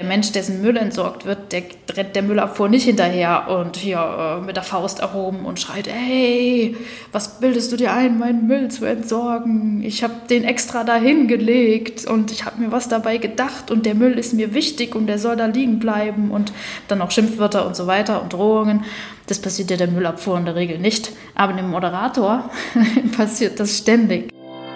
Mensch, dessen Müll entsorgt wird, der rennt der Müllabfuhr nicht hinterher und hier mit der Faust erhoben und schreit, hey, was bildest du dir ein, meinen Müll zu entsorgen? Ich habe den extra dahin gelegt und ich habe mir was dabei gedacht und der Müll ist mir wichtig und der soll da liegen bleiben und dann auch Schimpfwörter und so weiter und Drohungen. Das passiert ja der Müllabfuhr in der Regel nicht, aber dem Moderator passiert das ständig.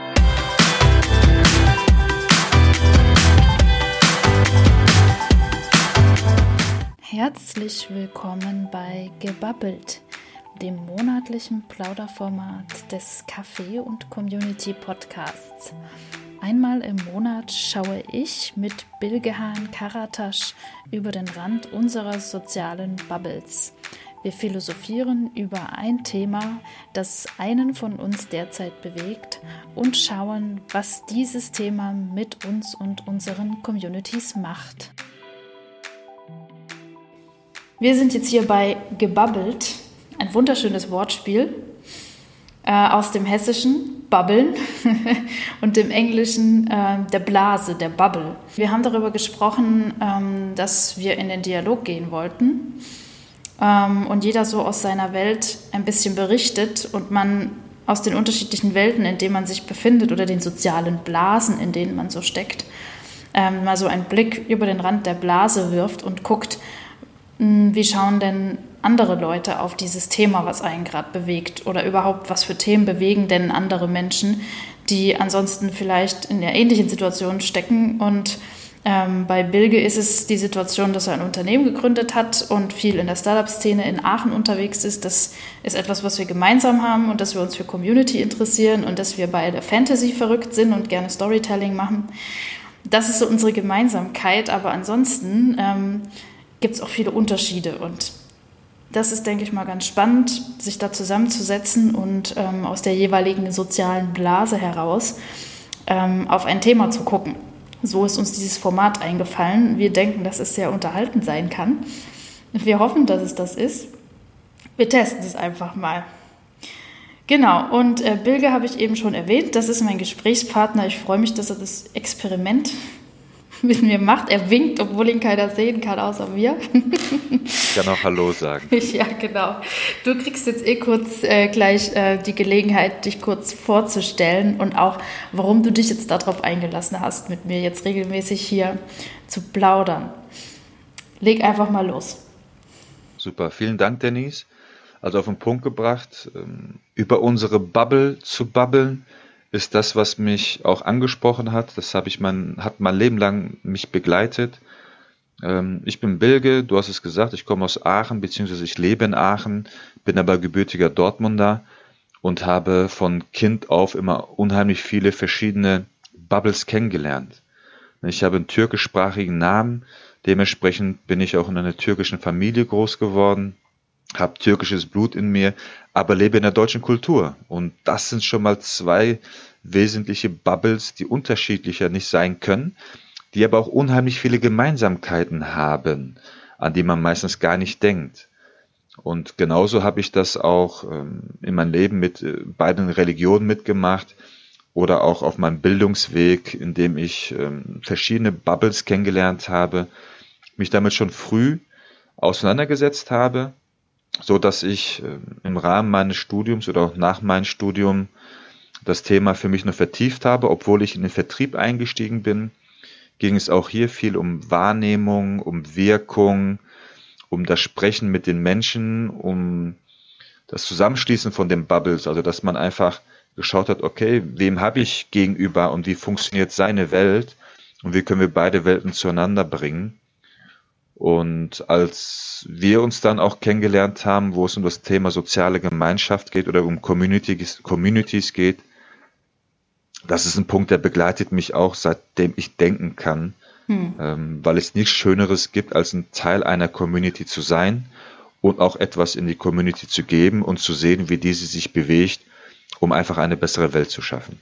Herzlich willkommen bei Gebabbelt, dem monatlichen Plauderformat des Café- und Community-Podcasts. Einmal im Monat schaue ich mit Bilgehan Karatasch über den Rand unserer sozialen Bubbles. Wir philosophieren über ein Thema, das einen von uns derzeit bewegt und schauen, was dieses Thema mit uns und unseren Communities macht. Wir sind jetzt hier bei Gebabbelt, ein wunderschönes Wortspiel aus dem Hessischen, Babbeln, und dem Englischen der Blase, der Bubble. Wir haben darüber gesprochen, dass wir in den Dialog gehen wollten und jeder so aus seiner Welt ein bisschen berichtet und man aus den unterschiedlichen Welten, in denen man sich befindet oder den sozialen Blasen, in denen man so steckt, mal so einen Blick über den Rand der Blase wirft und guckt, wie schauen denn andere Leute auf dieses Thema, was einen gerade bewegt? Oder überhaupt, was für Themen bewegen denn andere Menschen, die ansonsten vielleicht in einer ähnlichen Situation stecken? Und bei Bilge ist es die Situation, dass er ein Unternehmen gegründet hat und viel in der Startup-Szene in Aachen unterwegs ist. Das ist etwas, was wir gemeinsam haben und dass wir uns für Community interessieren und dass wir beide Fantasy verrückt sind und gerne Storytelling machen. Das ist so unsere Gemeinsamkeit, aber ansonsten gibt es auch viele Unterschiede und das ist, denke ich mal, ganz spannend, sich da zusammenzusetzen und aus der jeweiligen sozialen Blase heraus auf ein Thema zu gucken. So ist uns dieses Format eingefallen. Wir denken, dass es sehr unterhaltend sein kann. Wir hoffen, dass es das ist. Wir testen es einfach mal. Genau, und Bilge habe ich eben schon erwähnt. Das ist mein Gesprächspartner. Ich freue mich, dass er das Experiment mit mir macht. Er winkt, obwohl ihn keiner sehen kann, außer mir. Ich kann auch Hallo sagen. Ja, genau. Du kriegst jetzt kurz gleich die Gelegenheit, dich kurz vorzustellen und auch, warum du dich jetzt darauf eingelassen hast, mit mir jetzt regelmäßig hier zu plaudern. Leg einfach mal los. Super, vielen Dank, Denise. Also auf den Punkt gebracht, über unsere Bubble zu babbeln, ist das, was mich auch angesprochen hat. Das hat mein Leben lang mich begleitet. Ich bin Bilge, du hast es gesagt, ich komme aus Aachen, beziehungsweise ich lebe in Aachen, bin aber gebürtiger Dortmunder und habe von Kind auf immer unheimlich viele verschiedene Bubbles kennengelernt. Ich habe einen türkischsprachigen Namen, dementsprechend bin ich auch in einer türkischen Familie groß geworden, habe türkisches Blut in mir, aber lebe in der deutschen Kultur. Und das sind schon mal zwei wesentliche Bubbles, die unterschiedlicher nicht sein können, die aber auch unheimlich viele Gemeinsamkeiten haben, an die man meistens gar nicht denkt. Und genauso habe ich das auch in meinem Leben mit beiden Religionen mitgemacht oder auch auf meinem Bildungsweg, in dem ich verschiedene Bubbles kennengelernt habe, mich damit schon früh auseinandergesetzt habe, so dass ich im Rahmen meines Studiums oder auch nach meinem Studium das Thema für mich noch vertieft habe. Obwohl ich in den Vertrieb eingestiegen bin, ging es auch hier viel um Wahrnehmung, um Wirkung, um das Sprechen mit den Menschen, um das Zusammenschließen von den Bubbles, also dass man einfach geschaut hat, okay, wem habe ich gegenüber und wie funktioniert seine Welt und wie können wir beide Welten zueinander bringen. Und als wir uns dann auch kennengelernt haben, wo es um das Thema soziale Gemeinschaft geht oder um Communities geht, das ist ein Punkt, der begleitet mich auch, seitdem ich denken kann, weil es nichts Schöneres gibt, als ein Teil einer Community zu sein und auch etwas in die Community zu geben und zu sehen, wie diese sich bewegt, um einfach eine bessere Welt zu schaffen.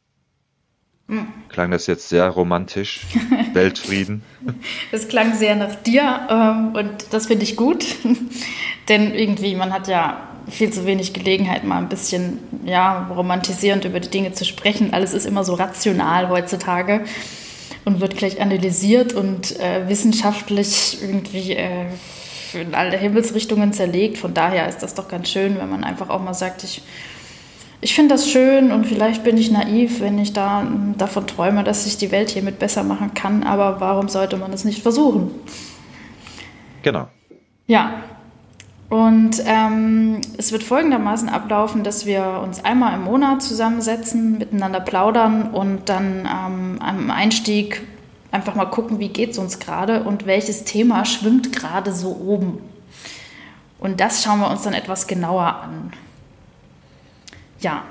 Klang das jetzt sehr romantisch? Weltfrieden? Das klang sehr nach dir und das finde ich gut, denn irgendwie, man hat ja viel zu wenig Gelegenheit, mal ein bisschen romantisierend über die Dinge zu sprechen. Alles ist immer so rational heutzutage und wird gleich analysiert und wissenschaftlich irgendwie in alle Himmelsrichtungen zerlegt. Von daher ist das doch ganz schön, wenn man einfach auch mal sagt, ich finde das schön und vielleicht bin ich naiv, wenn ich davon träume, dass ich die Welt hiermit besser machen kann, aber warum sollte man es nicht versuchen? Genau. Ja, und es wird folgendermaßen ablaufen, dass wir uns einmal im Monat zusammensetzen, miteinander plaudern und dann am Einstieg einfach mal gucken, wie geht es uns gerade und welches Thema schwimmt gerade so oben. Und das schauen wir uns dann etwas genauer an. Ja,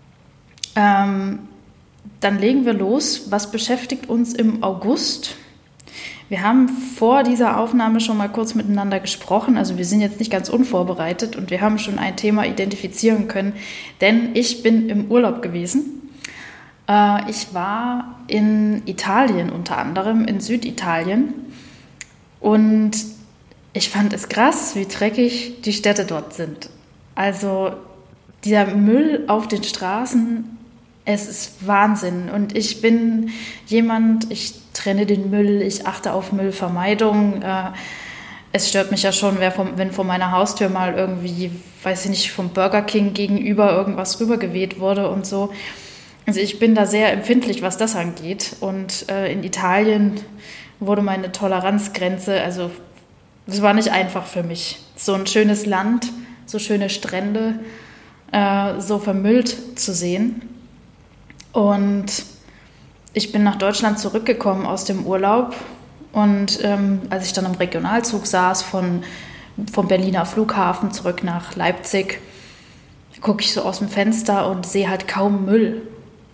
dann legen wir los. Was beschäftigt uns im August? Wir haben vor dieser Aufnahme schon mal kurz miteinander gesprochen. Also wir sind jetzt nicht ganz unvorbereitet und wir haben schon ein Thema identifizieren können, denn ich bin im Urlaub gewesen. Ich war in Italien unter anderem, in Süditalien, und ich fand es krass, wie dreckig die Städte dort sind. Also dieser Müll auf den Straßen, es ist Wahnsinn. Und ich bin jemand, ich trenne den Müll, ich achte auf Müllvermeidung. Es stört mich ja schon, wenn vor meiner Haustür mal irgendwie, weiß ich nicht, vom Burger King gegenüber irgendwas rübergeweht wurde und so. Also ich bin da sehr empfindlich, was das angeht. Und in Italien wurde meine Toleranzgrenze, also es war nicht einfach für mich. So ein schönes Land, so schöne Strände, so vermüllt zu sehen. Und ich bin nach Deutschland zurückgekommen aus dem Urlaub und als ich dann im Regionalzug saß vom Berliner Flughafen zurück nach Leipzig, gucke ich so aus dem Fenster und sehe halt kaum Müll.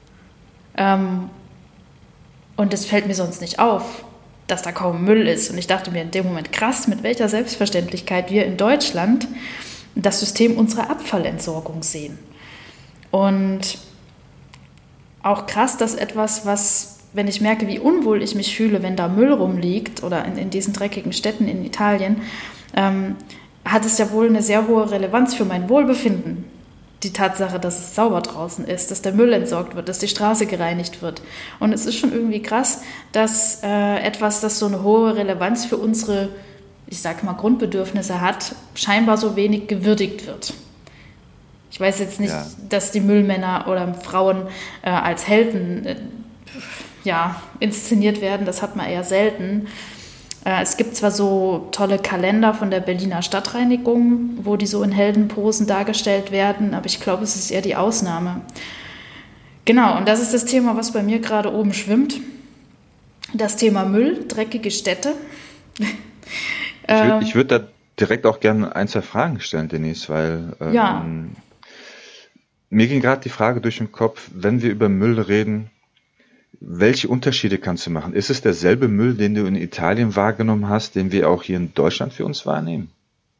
Und es fällt mir sonst nicht auf, dass da kaum Müll ist. Und ich dachte mir in dem Moment, krass, mit welcher Selbstverständlichkeit wir in Deutschland das System unserer Abfallentsorgung sehen. Und auch krass, dass etwas, was, wenn ich merke, wie unwohl ich mich fühle, wenn da Müll rumliegt oder in diesen dreckigen Städten in Italien, hat es ja wohl eine sehr hohe Relevanz für mein Wohlbefinden. Die Tatsache, dass es sauber draußen ist, dass der Müll entsorgt wird, dass die Straße gereinigt wird. Und es ist schon irgendwie krass, dass etwas, das so eine hohe Relevanz für unsere, ich sag mal, Grundbedürfnisse hat, scheinbar so wenig gewürdigt wird. Ich weiß jetzt nicht, dass die Müllmänner oder Frauen als Helden inszeniert werden, das hat man eher selten. Es gibt zwar so tolle Kalender von der Berliner Stadtreinigung, wo die so in Heldenposen dargestellt werden, aber ich glaube, es ist eher die Ausnahme. Genau, und das ist das Thema, was bei mir gerade oben schwimmt. Das Thema Müll, dreckige Städte. Ich würde da direkt auch gerne ein, zwei Fragen stellen, Denise, weil mir ging gerade die Frage durch den Kopf, wenn wir über Müll reden, welche Unterschiede kannst du machen? Ist es derselbe Müll, den du in Italien wahrgenommen hast, den wir auch hier in Deutschland für uns wahrnehmen?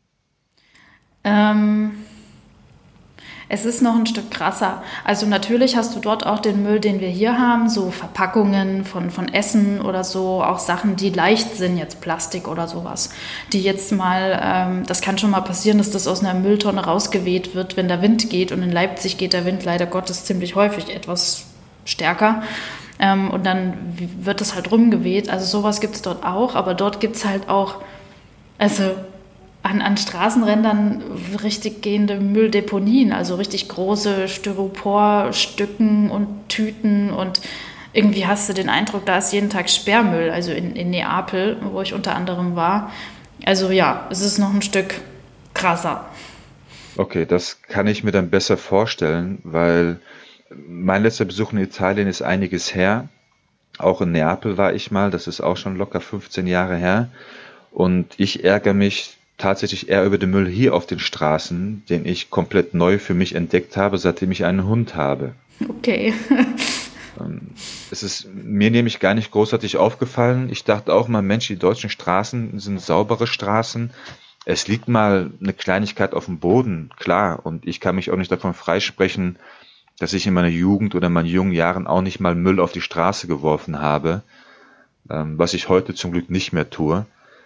Es ist noch ein Stück krasser. Also natürlich hast du dort auch den Müll, den wir hier haben, so Verpackungen von Essen oder so, auch Sachen, die leicht sind, jetzt Plastik oder sowas, die jetzt mal, das kann schon mal passieren, dass das aus einer Mülltonne rausgeweht wird, wenn der Wind geht, und in Leipzig geht der Wind leider Gottes ziemlich häufig etwas stärker. Und dann wird es halt rumgeweht. Also sowas gibt es dort auch, aber dort gibt es halt auch, also an Straßenrändern richtig gehende Mülldeponien, also richtig große Styroporstücken und Tüten, und irgendwie hast du den Eindruck, da ist jeden Tag Sperrmüll, also in Neapel, wo ich unter anderem war. Also ja, es ist noch ein Stück krasser. Okay, das kann ich mir dann besser vorstellen, weil mein letzter Besuch in Italien ist einiges her. Auch in Neapel war ich mal, das ist auch schon locker 15 Jahre her. Und ich ärgere mich tatsächlich eher über den Müll hier auf den Straßen, den ich komplett neu für mich entdeckt habe, seitdem ich einen Hund habe. Okay. Es ist mir nämlich gar nicht großartig aufgefallen. Ich dachte auch mal, Mensch, die deutschen Straßen sind saubere Straßen. Es liegt mal eine Kleinigkeit auf dem Boden, klar. Und ich kann mich auch nicht davon freisprechen, dass ich in meiner Jugend oder in meinen jungen Jahren auch nicht mal Müll auf die Straße geworfen habe, was ich heute zum Glück nicht mehr tue.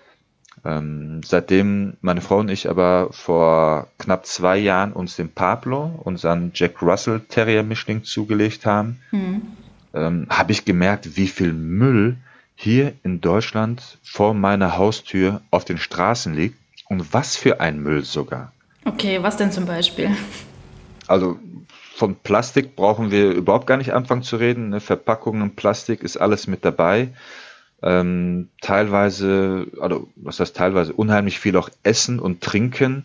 Seitdem meine Frau und ich aber vor knapp 2 Jahren uns den Pablo, unseren Jack Russell Terrier Mischling, zugelegt haben, habe ich gemerkt, wie viel Müll hier in Deutschland vor meiner Haustür auf den Straßen liegt und was für ein Müll sogar. Okay, was denn zum Beispiel? Also von Plastik brauchen wir überhaupt gar nicht anfangen zu reden. Ne? Verpackungen, Plastik ist alles mit dabei. Teilweise, also was heißt teilweise, unheimlich viel auch Essen und Trinken.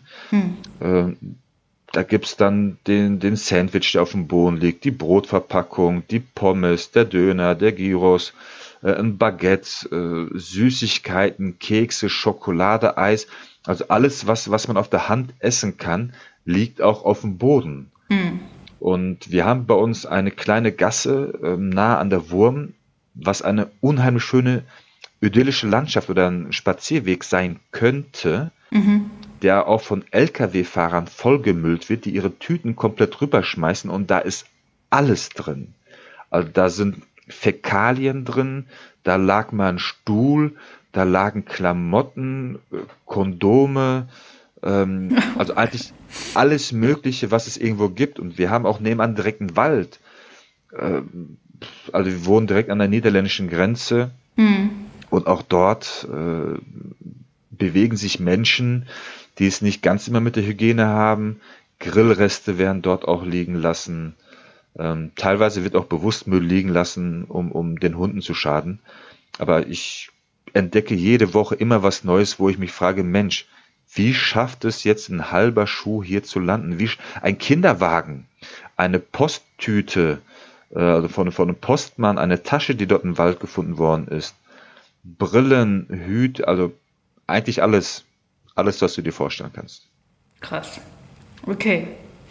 Da gibt's dann den Sandwich, der auf dem Boden liegt, die Brotverpackung, die Pommes, der Döner, der Gyros, ein Baguette, Süßigkeiten, Kekse, Schokolade, Eis. Also alles, was man auf der Hand essen kann, liegt auch auf dem Boden. Und wir haben bei uns eine kleine Gasse nah an der Wurm, was eine unheimlich schöne idyllische Landschaft oder ein Spazierweg sein könnte, der auch von Lkw-Fahrern vollgemüllt wird, die ihre Tüten komplett rüberschmeißen und da ist alles drin. Also da sind Fäkalien drin, da lag mal ein Stuhl, da lagen Klamotten, Kondome, also eigentlich alles Mögliche, was es irgendwo gibt. Und wir haben auch nebenan direkt einen Wald. Also wir wohnen direkt an der niederländischen Grenze und auch dort bewegen sich Menschen, die es nicht ganz immer mit der Hygiene haben. Grillreste werden dort auch liegen lassen. Teilweise wird auch bewusst Müll liegen lassen, um den Hunden zu schaden. Aber ich entdecke jede Woche immer was Neues, wo ich mich frage, Mensch, wie schafft es jetzt ein halber Schuh hier zu landen? Ein Kinderwagen, eine Posttüte, also von einem Postmann, eine Tasche, die dort im Wald gefunden worden ist, Brillen, Hüte, also eigentlich alles, was du dir vorstellen kannst. Krass. Okay.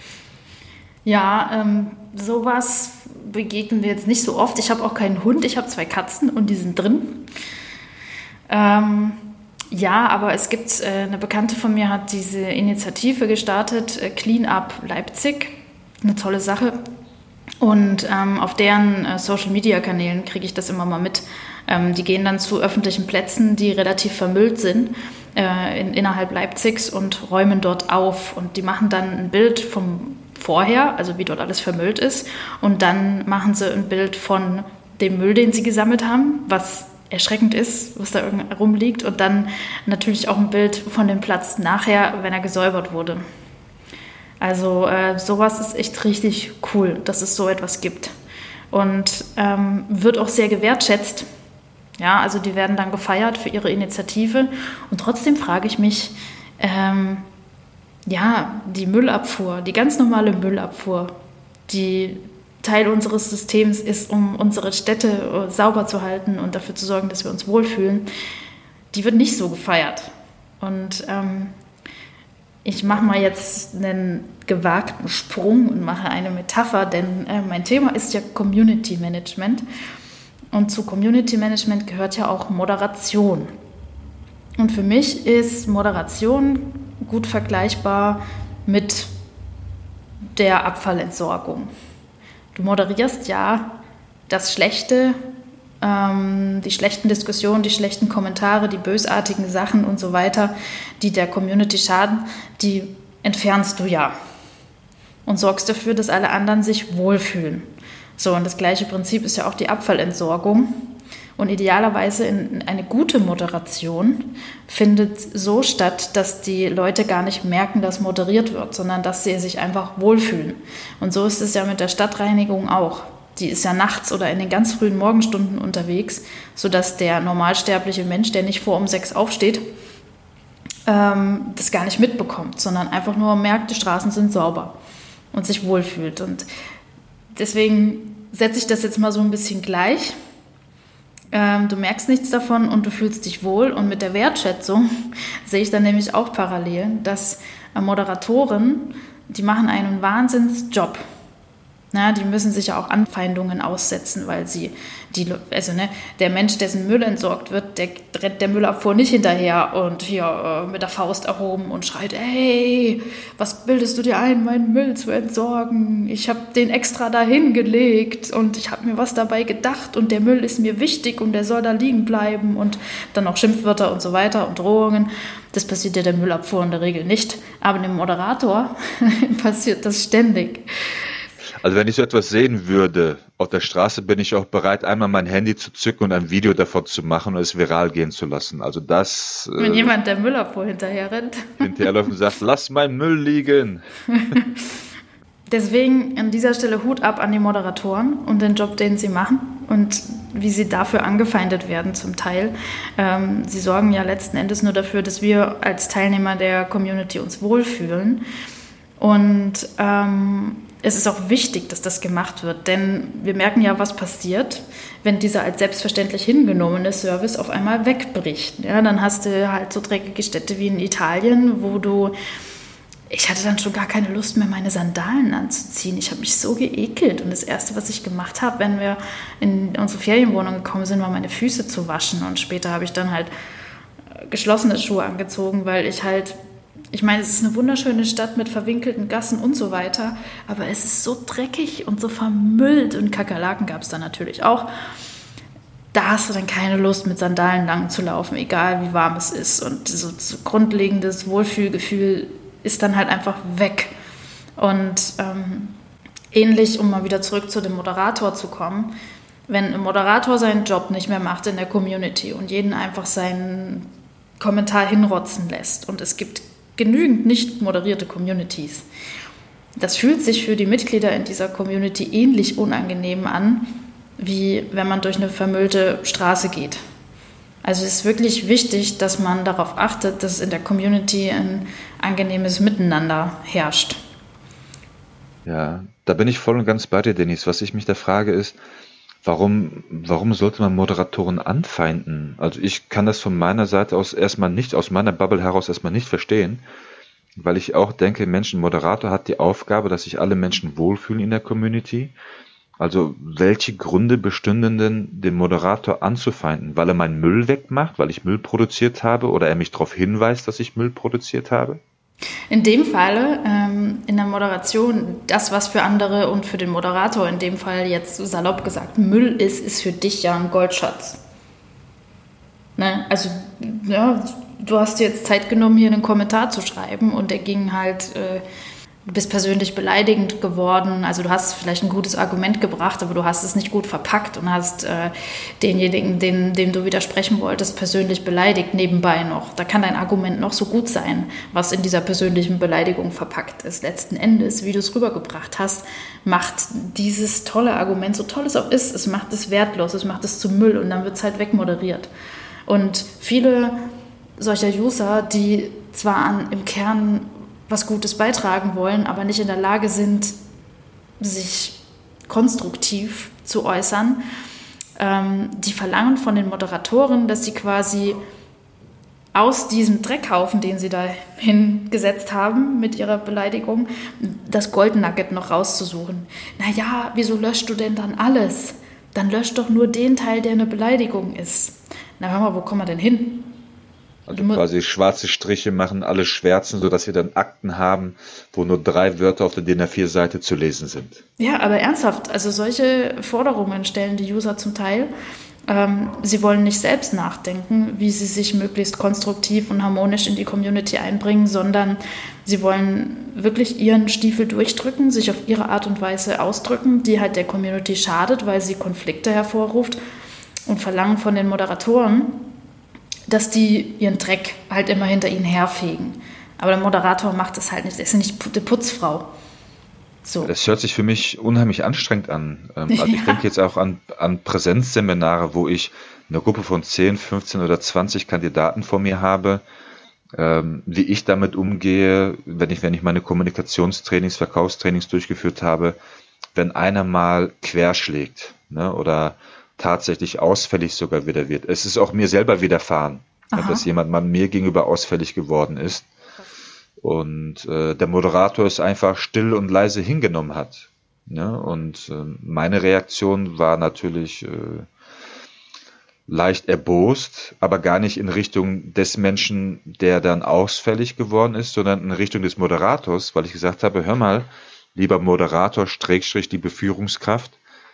Ja, sowas begegnen wir jetzt nicht so oft. Ich habe auch keinen Hund, ich habe 2 Katzen und die sind drin. Ja, aber es gibt, eine Bekannte von mir hat diese Initiative gestartet, Clean Up Leipzig, eine tolle Sache. Und auf deren Social-Media-Kanälen kriege ich das immer mal mit. Die gehen dann zu öffentlichen Plätzen, die relativ vermüllt sind, innerhalb Leipzigs und räumen dort auf. Und die machen dann ein Bild vom Vorher, also wie dort alles vermüllt ist. Und dann machen sie ein Bild von dem Müll, den sie gesammelt haben, was erschreckend ist, was da rumliegt. Und dann natürlich auch ein Bild von dem Platz nachher, wenn er gesäubert wurde. Also sowas ist echt richtig cool, dass es so etwas gibt. Und wird auch sehr gewertschätzt. Ja, also die werden dann gefeiert für ihre Initiative. Und trotzdem frage ich mich, ja, die Müllabfuhr, die ganz normale Müllabfuhr, die Teil unseres Systems ist, um unsere Städte sauber zu halten und dafür zu sorgen, dass wir uns wohlfühlen, die wird nicht so gefeiert. Und ich mache mal jetzt einen gewagten Sprung und mache eine Metapher, denn mein Thema ist ja Community Management. Und zu Community Management gehört ja auch Moderation. Und für mich ist Moderation gut vergleichbar mit der Abfallentsorgung. Du moderierst ja das Schlechte, die schlechten Diskussionen, die schlechten Kommentare, die bösartigen Sachen und so weiter, die der Community schaden, die entfernst du ja und sorgst dafür, dass alle anderen sich wohlfühlen. So, und das gleiche Prinzip ist ja auch die Abfallentsorgung. Und idealerweise eine gute Moderation findet so statt, dass die Leute gar nicht merken, dass moderiert wird, sondern dass sie sich einfach wohlfühlen. Und so ist es ja mit der Stadtreinigung auch. Die ist ja nachts oder in den ganz frühen Morgenstunden unterwegs, sodass der normalsterbliche Mensch, der nicht vor um 6 aufsteht, das gar nicht mitbekommt, sondern einfach nur merkt, die Straßen sind sauber und sich wohlfühlt. Und deswegen setze ich das jetzt mal so ein bisschen gleich. Du merkst nichts davon und du fühlst dich wohl. Und mit der Wertschätzung sehe ich dann nämlich auch Parallelen, dass Moderatoren, die machen einen Wahnsinnsjob. Na, die müssen sich ja auch Anfeindungen aussetzen, weil der Mensch, dessen Müll entsorgt wird, der rennt der Müllabfuhr nicht hinterher und hier mit der Faust erhoben und schreit, hey, was bildest du dir ein, meinen Müll zu entsorgen? Ich habe den extra dahin gelegt und ich habe mir was dabei gedacht und der Müll ist mir wichtig und der soll da liegen bleiben und dann auch Schimpfwörter und so weiter und Drohungen. Das passiert ja der Müllabfuhr in der Regel nicht, aber dem Moderator passiert das ständig. Also wenn ich so etwas sehen würde auf der Straße, bin ich auch bereit, einmal mein Handy zu zücken und ein Video davon zu machen und es viral gehen zu lassen. Also das Wenn jemand der Müllabfuhr hinterher rennt. hinterherläuft und sagt, lass meinen Müll liegen. Deswegen an dieser Stelle Hut ab an die Moderatoren und den Job, den sie machen und wie sie dafür angefeindet werden zum Teil. Sie sorgen ja letzten Endes nur dafür, dass wir als Teilnehmer der Community uns wohlfühlen. Und es ist auch wichtig, dass das gemacht wird, denn wir merken ja, was passiert, wenn dieser als selbstverständlich hingenommene Service auf einmal wegbricht. Ja, dann hast du halt so dreckige Städte wie in Italien, ich hatte dann schon gar keine Lust mehr, meine Sandalen anzuziehen. Ich habe mich so geekelt. Und das Erste, was ich gemacht habe, wenn wir in unsere Ferienwohnung gekommen sind, war meine Füße zu waschen. Und später habe ich dann halt geschlossene Schuhe angezogen, weil ich meine, es ist eine wunderschöne Stadt mit verwinkelten Gassen und so weiter, aber es ist so dreckig und so vermüllt und Kakerlaken gab es da natürlich auch. Da hast du dann keine Lust, mit Sandalen lang zu laufen, egal wie warm es ist. Und so grundlegendes Wohlfühlgefühl ist dann halt einfach weg. Und ähnlich, um mal wieder zurück zu dem Moderator zu kommen, wenn ein Moderator seinen Job nicht mehr macht in der Community und jeden einfach seinen Kommentar hinrotzen lässt und es gibt genügend nicht moderierte Communities, das fühlt sich für die Mitglieder in dieser Community ähnlich unangenehm an, wie wenn man durch eine vermüllte Straße geht. Also es ist wirklich wichtig, dass man darauf achtet, dass in der Community ein angenehmes Miteinander herrscht. Ja, da bin ich voll und ganz bei dir, Denise. Was ich mich da frage ist, warum sollte man Moderatoren anfeinden? Also ich kann das von meiner Seite aus erstmal nicht, aus meiner Bubble heraus erstmal nicht verstehen, weil ich auch denke, ein Moderator hat die Aufgabe, dass sich alle Menschen wohlfühlen in der Community. Also welche Gründe bestünden denn, den Moderator anzufeinden? Weil er meinen Müll wegmacht, weil ich Müll produziert habe oder er mich darauf hinweist, dass ich Müll produziert habe? In dem Fall, in der Moderation, das, was für andere und für den Moderator in dem Fall jetzt salopp gesagt Müll ist für dich ja ein Goldschatz. Ne? Also, ja, du hast dir jetzt Zeit genommen, hier einen Kommentar zu schreiben und der ging halt, du bist persönlich beleidigend geworden. Also du hast vielleicht ein gutes Argument gebracht, aber du hast es nicht gut verpackt und hast denjenigen, dem du widersprechen wolltest, persönlich beleidigt nebenbei noch. Da kann dein Argument noch so gut sein, was in dieser persönlichen Beleidigung verpackt ist. Letzten Endes, wie du es rübergebracht hast, macht dieses tolle Argument, so toll es auch ist, es macht es wertlos, es macht es zu Müll und dann wird es halt wegmoderiert. Und viele solcher User, die zwar im Kern was Gutes beitragen wollen, aber nicht in der Lage sind, sich konstruktiv zu äußern. Die verlangen von den Moderatoren, dass sie quasi aus diesem Dreckhaufen, den sie da hingesetzt haben mit ihrer Beleidigung, das Goldnugget noch rauszusuchen. Naja, wieso löscht du denn dann alles? Dann löscht doch nur den Teil, der eine Beleidigung ist. Na hör mal, wo kommen wir denn hin? Also quasi schwarze Striche machen, alle schwärzen, sodass wir dann Akten haben, wo nur 3 Wörter auf der DIN A4-Seite zu lesen sind. Ja, aber ernsthaft, also solche Forderungen stellen die User zum Teil. Sie wollen nicht selbst nachdenken, wie sie sich möglichst konstruktiv und harmonisch in die Community einbringen, sondern sie wollen wirklich ihren Stiefel durchdrücken, sich auf ihre Art und Weise ausdrücken, die halt der Community schadet, weil sie Konflikte hervorruft und verlangen von den Moderatoren, dass die ihren Dreck halt immer hinter ihnen herfegen. Aber der Moderator macht das halt nicht. Er ist nicht die Putzfrau. So. Das hört sich für mich unheimlich anstrengend an. Also ich denke jetzt auch an Präsenzseminare, wo ich eine Gruppe von 10, 15 oder 20 Kandidaten vor mir habe, wie ich damit umgehe, wenn ich meine Kommunikationstrainings, Verkaufstrainings durchgeführt habe, wenn einer mal querschlägt, ne, oder tatsächlich ausfällig sogar wieder wird. Es ist auch mir selber widerfahren, dass jemand mal mir gegenüber ausfällig geworden ist und der Moderator es einfach still und leise hingenommen hat. Ne? Und meine Reaktion war natürlich leicht erbost, aber gar nicht in Richtung des Menschen, der dann ausfällig geworden ist, sondern in Richtung des Moderators, weil ich gesagt habe, hör mal, lieber Moderator, Schrägstrich, die Führungskraft,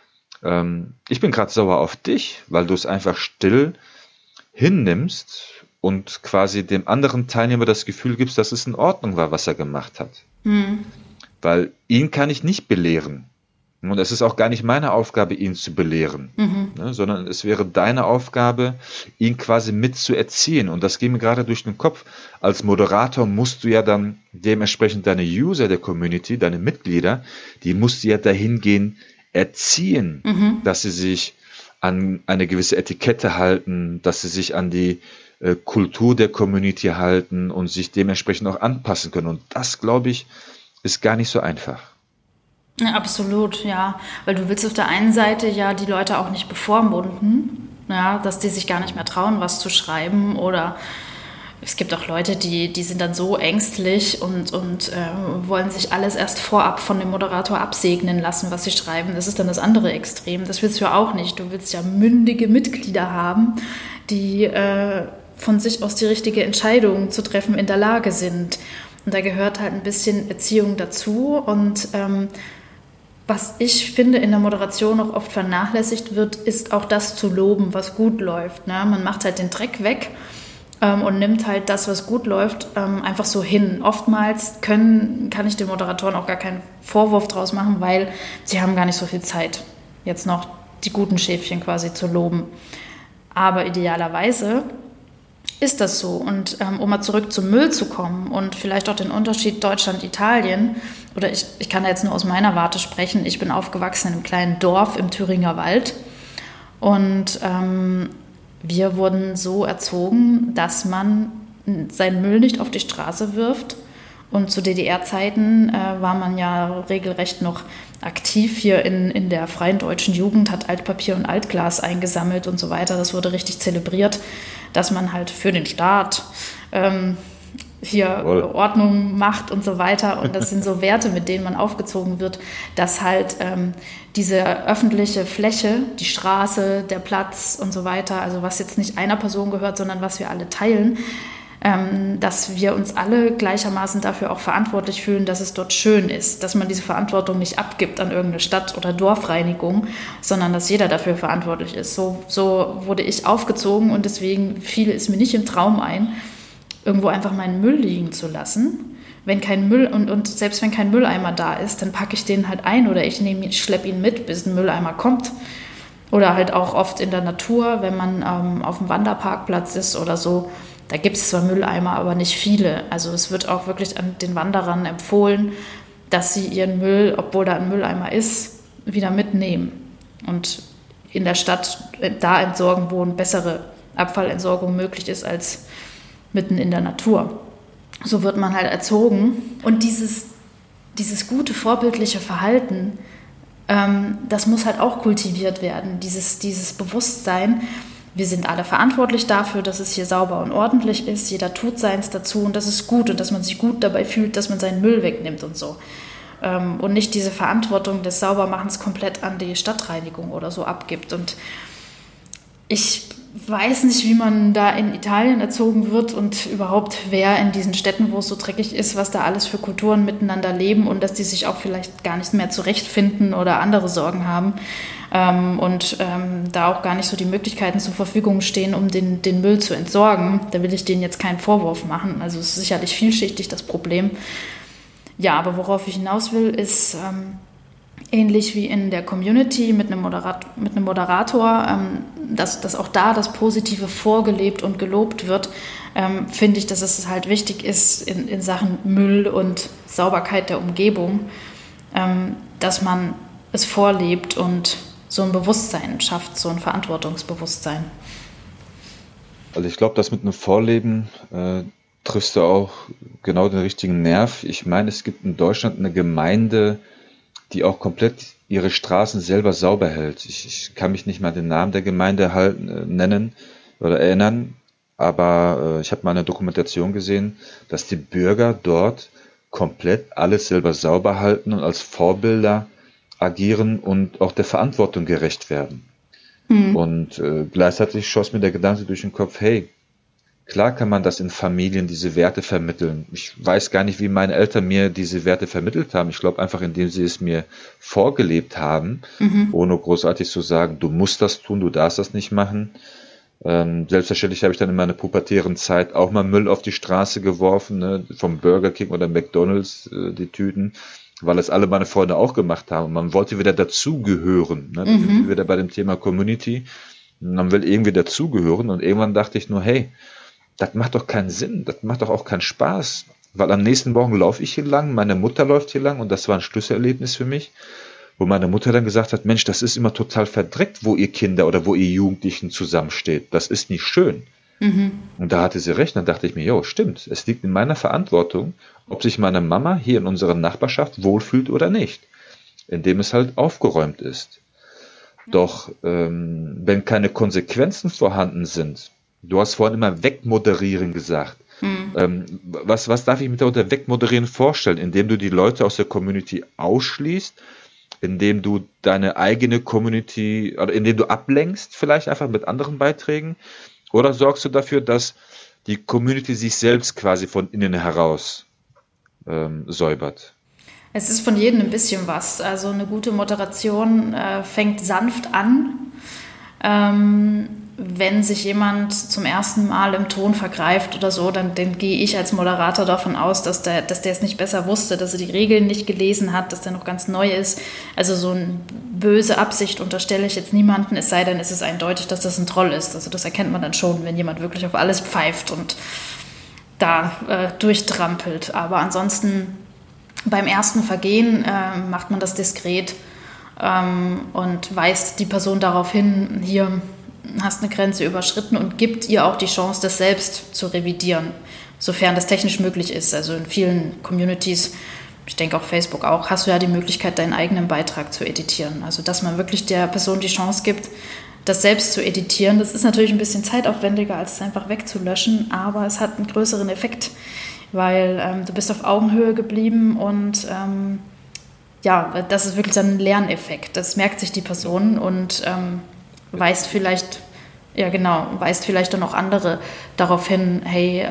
ich bin gerade sauer auf dich, weil du es einfach still hinnimmst und quasi dem anderen Teilnehmer das Gefühl gibst, dass es in Ordnung war, was er gemacht hat. Weil ihn kann ich nicht belehren. Und es ist auch gar nicht meine Aufgabe, ihn zu belehren, ne, sondern es wäre deine Aufgabe, ihn quasi mit zu erziehen. Und das ging mir gerade durch den Kopf. Als Moderator musst du ja dann dementsprechend deine User der Community, deine Mitglieder, die musst du ja dahingehend erziehen, dass sie sich an eine gewisse Etikette halten, dass sie sich an die Kultur der Community halten und sich dementsprechend auch anpassen können. Und das, glaube ich, ist gar nicht so einfach. Ja, absolut, ja. Weil du willst auf der einen Seite ja die Leute auch nicht bevormunden, ja, dass die sich gar nicht mehr trauen, was zu schreiben. Oder es gibt auch Leute, die sind dann so ängstlich und wollen sich alles erst vorab von dem Moderator absegnen lassen, was sie schreiben. Das ist dann das andere Extrem. Das willst du ja auch nicht. Du willst ja mündige Mitglieder haben, die von sich aus die richtige Entscheidung zu treffen in der Lage sind. Und da gehört halt ein bisschen Erziehung dazu. Und was ich finde, in der Moderation auch oft vernachlässigt wird, ist auch das zu loben, was gut läuft. Ne? Man macht halt den Dreck weg und nimmt halt das, was gut läuft, einfach so hin. Oftmals kann ich den Moderatoren auch gar keinen Vorwurf draus machen, weil sie haben gar nicht so viel Zeit, jetzt noch die guten Schäfchen quasi zu loben. Aber idealerweise ist das so. Und um mal zurück zum Müll zu kommen und vielleicht auch den Unterschied Deutschland-Italien, oder ich kann da jetzt nur aus meiner Warte sprechen, ich bin aufgewachsen in einem kleinen Dorf im Thüringer Wald und wir wurden so erzogen, dass man seinen Müll nicht auf die Straße wirft. Und zu DDR-Zeiten war man ja regelrecht noch aktiv hier in der Freien Deutschen Jugend, hat Altpapier und Altglas eingesammelt und so weiter. Das wurde richtig zelebriert, dass man halt für den Staat hier Ordnung macht und so weiter. Und das sind so Werte, mit denen man aufgezogen wird, dass halt diese öffentliche Fläche, die Straße, der Platz und so weiter, also was jetzt nicht einer Person gehört, sondern was wir alle teilen, dass wir uns alle gleichermaßen dafür auch verantwortlich fühlen, dass es dort schön ist, dass man diese Verantwortung nicht abgibt an irgendeine Stadt- oder Dorfreinigung, sondern dass jeder dafür verantwortlich ist. So wurde ich aufgezogen und deswegen fiel es mir nicht im Traum ein, irgendwo einfach meinen Müll liegen zu lassen. Wenn kein Müll und selbst wenn kein Mülleimer da ist, dann packe ich den halt ein oder ich schleppe ihn mit, bis ein Mülleimer kommt. Oder halt auch oft in der Natur, wenn man auf dem Wanderparkplatz ist oder so. Da gibt es zwar Mülleimer, aber nicht viele. Also es wird auch wirklich an den Wanderern empfohlen, dass sie ihren Müll, obwohl da ein Mülleimer ist, wieder mitnehmen. Und in der Stadt da entsorgen, wo eine bessere Abfallentsorgung möglich ist als mitten in der Natur. So wird man halt erzogen. Und dieses gute, vorbildliche Verhalten, das muss halt auch kultiviert werden. Dieses Bewusstsein, wir sind alle verantwortlich dafür, dass es hier sauber und ordentlich ist. Jeder tut seins dazu und das ist gut und dass man sich gut dabei fühlt, dass man seinen Müll wegnimmt und so. Und nicht diese Verantwortung des Saubermachens komplett an die Stadtreinigung oder so abgibt. Und ich weiß nicht, wie man da in Italien erzogen wird und überhaupt wer in diesen Städten, wo es so dreckig ist, was da alles für Kulturen miteinander leben und dass die sich auch vielleicht gar nicht mehr zurechtfinden oder andere Sorgen haben und da auch gar nicht so die Möglichkeiten zur Verfügung stehen, um den Müll zu entsorgen. Da will ich denen jetzt keinen Vorwurf machen. Also es ist sicherlich vielschichtig, das Problem. Ja, aber worauf ich hinaus will, ist ähnlich wie in der Community mit einem Moderator, dass auch da das Positive vorgelebt und gelobt wird, finde ich, dass es halt wichtig ist in Sachen Müll und Sauberkeit der Umgebung, dass man es vorlebt und so ein Bewusstsein schafft, so ein Verantwortungsbewusstsein. Also ich glaube, das mit einem Vorleben triffst du auch genau den richtigen Nerv. Ich meine, es gibt in Deutschland eine Gemeinde, die auch komplett ihre Straßen selber sauber hält. Ich kann mich nicht mal den Namen der Gemeinde nennen oder erinnern, aber ich habe mal eine Dokumentation gesehen, dass die Bürger dort komplett alles selber sauber halten und als Vorbilder agieren und auch der Verantwortung gerecht werden. Und gleichzeitig schoss mir der Gedanke durch den Kopf, hey, klar kann man das in Familien, diese Werte vermitteln. Ich weiß gar nicht, wie meine Eltern mir diese Werte vermittelt haben. Ich glaube einfach, indem sie es mir vorgelebt haben, ohne großartig zu sagen, du musst das tun, du darfst das nicht machen. Selbstverständlich habe ich dann in meiner pubertären Zeit auch mal Müll auf die Straße geworfen, ne, vom Burger King oder McDonald's, die Tüten. weil es alle meine Freunde auch gemacht haben. Und man wollte wieder dazugehören. Ne? Da sind wir wieder bei dem Thema Community. Und man will irgendwie dazugehören. Und irgendwann dachte ich nur, hey, das macht doch keinen Sinn. Das macht doch auch keinen Spaß. Weil am nächsten Morgen laufe ich hier lang, meine Mutter läuft hier lang. Und das war ein Schlüsselerlebnis für mich, wo meine Mutter dann gesagt hat, Mensch, das ist immer total verdreckt, wo ihr Kinder oder wo ihr Jugendlichen zusammensteht. Das ist nicht schön. Und da hatte sie recht, dann dachte ich mir, jo, stimmt, es liegt in meiner Verantwortung, ob sich meine Mama hier in unserer Nachbarschaft wohlfühlt oder nicht, indem es halt aufgeräumt ist. Doch wenn keine Konsequenzen vorhanden sind, du hast vorhin immer wegmoderieren gesagt, was darf ich mir darunter wegmoderieren vorstellen, indem du die Leute aus der Community ausschließt, indem du deine eigene Community, oder indem du ablenkst vielleicht einfach mit anderen Beiträgen, oder sorgst du dafür, dass die Community sich selbst quasi von innen heraus säubert? Es ist von jedem ein bisschen was. Also eine gute Moderation fängt sanft an. Wenn sich jemand zum ersten Mal im Ton vergreift oder so, dann gehe ich als Moderator davon aus, dass der es nicht besser wusste, dass er die Regeln nicht gelesen hat, dass der noch ganz neu ist. Also so eine böse Absicht unterstelle ich jetzt niemanden, es sei denn, es ist eindeutig, dass das ein Troll ist. Also das erkennt man dann schon, wenn jemand wirklich auf alles pfeift und da durchtrampelt. Aber ansonsten beim ersten Vergehen macht man das diskret und weist die Person darauf hin, hier hast eine Grenze überschritten, und gibt ihr auch die Chance, das selbst zu revidieren, sofern das technisch möglich ist. Also in vielen Communities, ich denke auch Facebook auch, hast du ja die Möglichkeit, deinen eigenen Beitrag zu editieren. Also dass man wirklich der Person die Chance gibt, das selbst zu editieren. Das ist natürlich ein bisschen zeitaufwendiger, als es einfach wegzulöschen, aber es hat einen größeren Effekt, weil du bist auf Augenhöhe geblieben und das ist wirklich dann ein Lerneffekt. Das merkt sich die Person und weist vielleicht dann auch andere darauf hin, hey,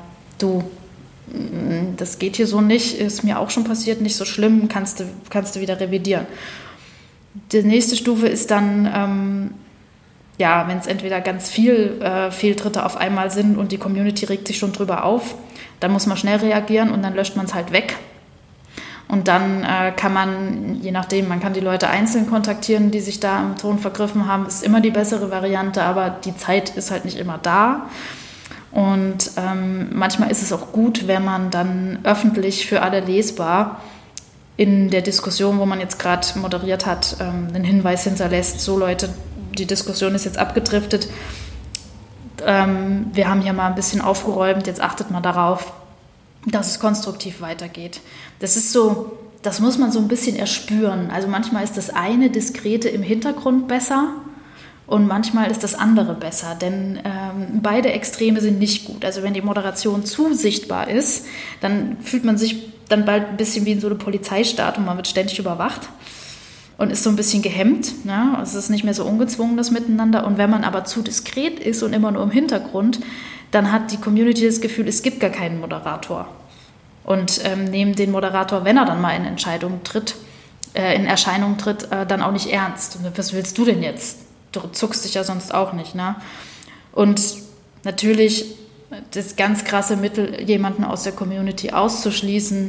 das geht hier so nicht, ist mir auch schon passiert, nicht so schlimm, kannst du wieder revidieren. Die nächste Stufe ist dann, wenn es entweder ganz viel Fehltritte auf einmal sind und die Community regt sich schon drüber auf, dann muss man schnell reagieren und dann löscht man es halt weg. Und dann kann man, je nachdem, man kann die Leute einzeln kontaktieren, die sich da im Ton vergriffen haben, ist immer die bessere Variante, aber die Zeit ist halt nicht immer da. Und manchmal ist es auch gut, wenn man dann öffentlich für alle lesbar in der Diskussion, wo man jetzt gerade moderiert hat, einen Hinweis hinterlässt, so Leute, die Diskussion ist jetzt abgedriftet, wir haben hier mal ein bisschen aufgeräumt, jetzt achtet mal darauf, dass es konstruktiv weitergeht. Das ist so, das muss man so ein bisschen erspüren. Also manchmal ist das eine Diskrete im Hintergrund besser und manchmal ist das andere besser, denn beide Extreme sind nicht gut. Also wenn die Moderation zu sichtbar ist, dann fühlt man sich dann bald ein bisschen wie in so einem Polizeistaat und man wird ständig überwacht und ist so ein bisschen gehemmt. Ne? Es ist nicht mehr so ungezwungen, das Miteinander. Und wenn man aber zu diskret ist und immer nur im Hintergrund, dann hat die Community das Gefühl, es gibt gar keinen Moderator. Und nehmen den Moderator, wenn er dann mal in Erscheinung tritt, dann auch nicht ernst. Und was willst du denn jetzt? Du zuckst dich ja sonst auch nicht. Ne? Und natürlich das ganz krasse Mittel, jemanden aus der Community auszuschließen,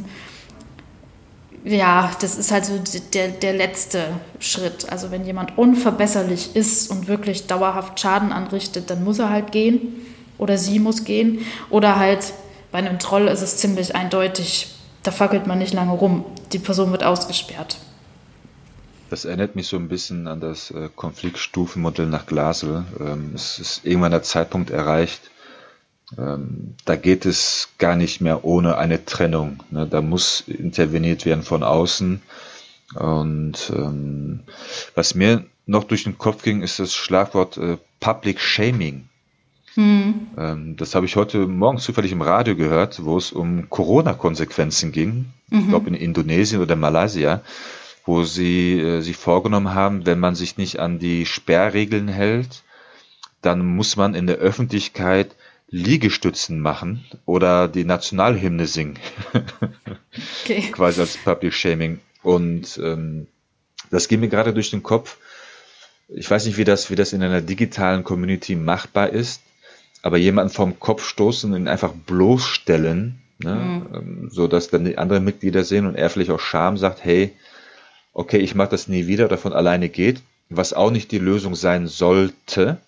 ja, das ist halt so der letzte Schritt. Also wenn jemand unverbesserlich ist und wirklich dauerhaft Schaden anrichtet, dann muss er halt gehen. Oder sie muss gehen. Oder halt bei einem Troll ist es ziemlich eindeutig, da fackelt man nicht lange rum. Die Person wird ausgesperrt. Das erinnert mich so ein bisschen an das Konfliktstufenmodell nach Glasel. Es ist irgendwann der Zeitpunkt erreicht, da geht es gar nicht mehr ohne eine Trennung. Ne? Da muss interveniert werden von außen. Und was mir noch durch den Kopf ging, ist das Schlagwort Public Shaming. Das habe ich heute Morgen zufällig im Radio gehört, wo es um Corona-Konsequenzen ging. Ich glaube in Indonesien oder Malaysia, wo sie sich vorgenommen haben, wenn man sich nicht an die Sperrregeln hält, dann muss man in der Öffentlichkeit Liegestützen machen oder die Nationalhymne singen. Okay. Quasi als Public Shaming. Und das ging mir gerade durch den Kopf. Ich weiß nicht, wie das in einer digitalen Community machbar ist, aber jemanden vom Kopf stoßen und ihn einfach bloßstellen, Ne? So dass dann die anderen Mitglieder sehen und er vielleicht auch Scham sagt, hey, okay, ich mache das nie wieder oder von alleine geht, was auch nicht die Lösung sein sollte.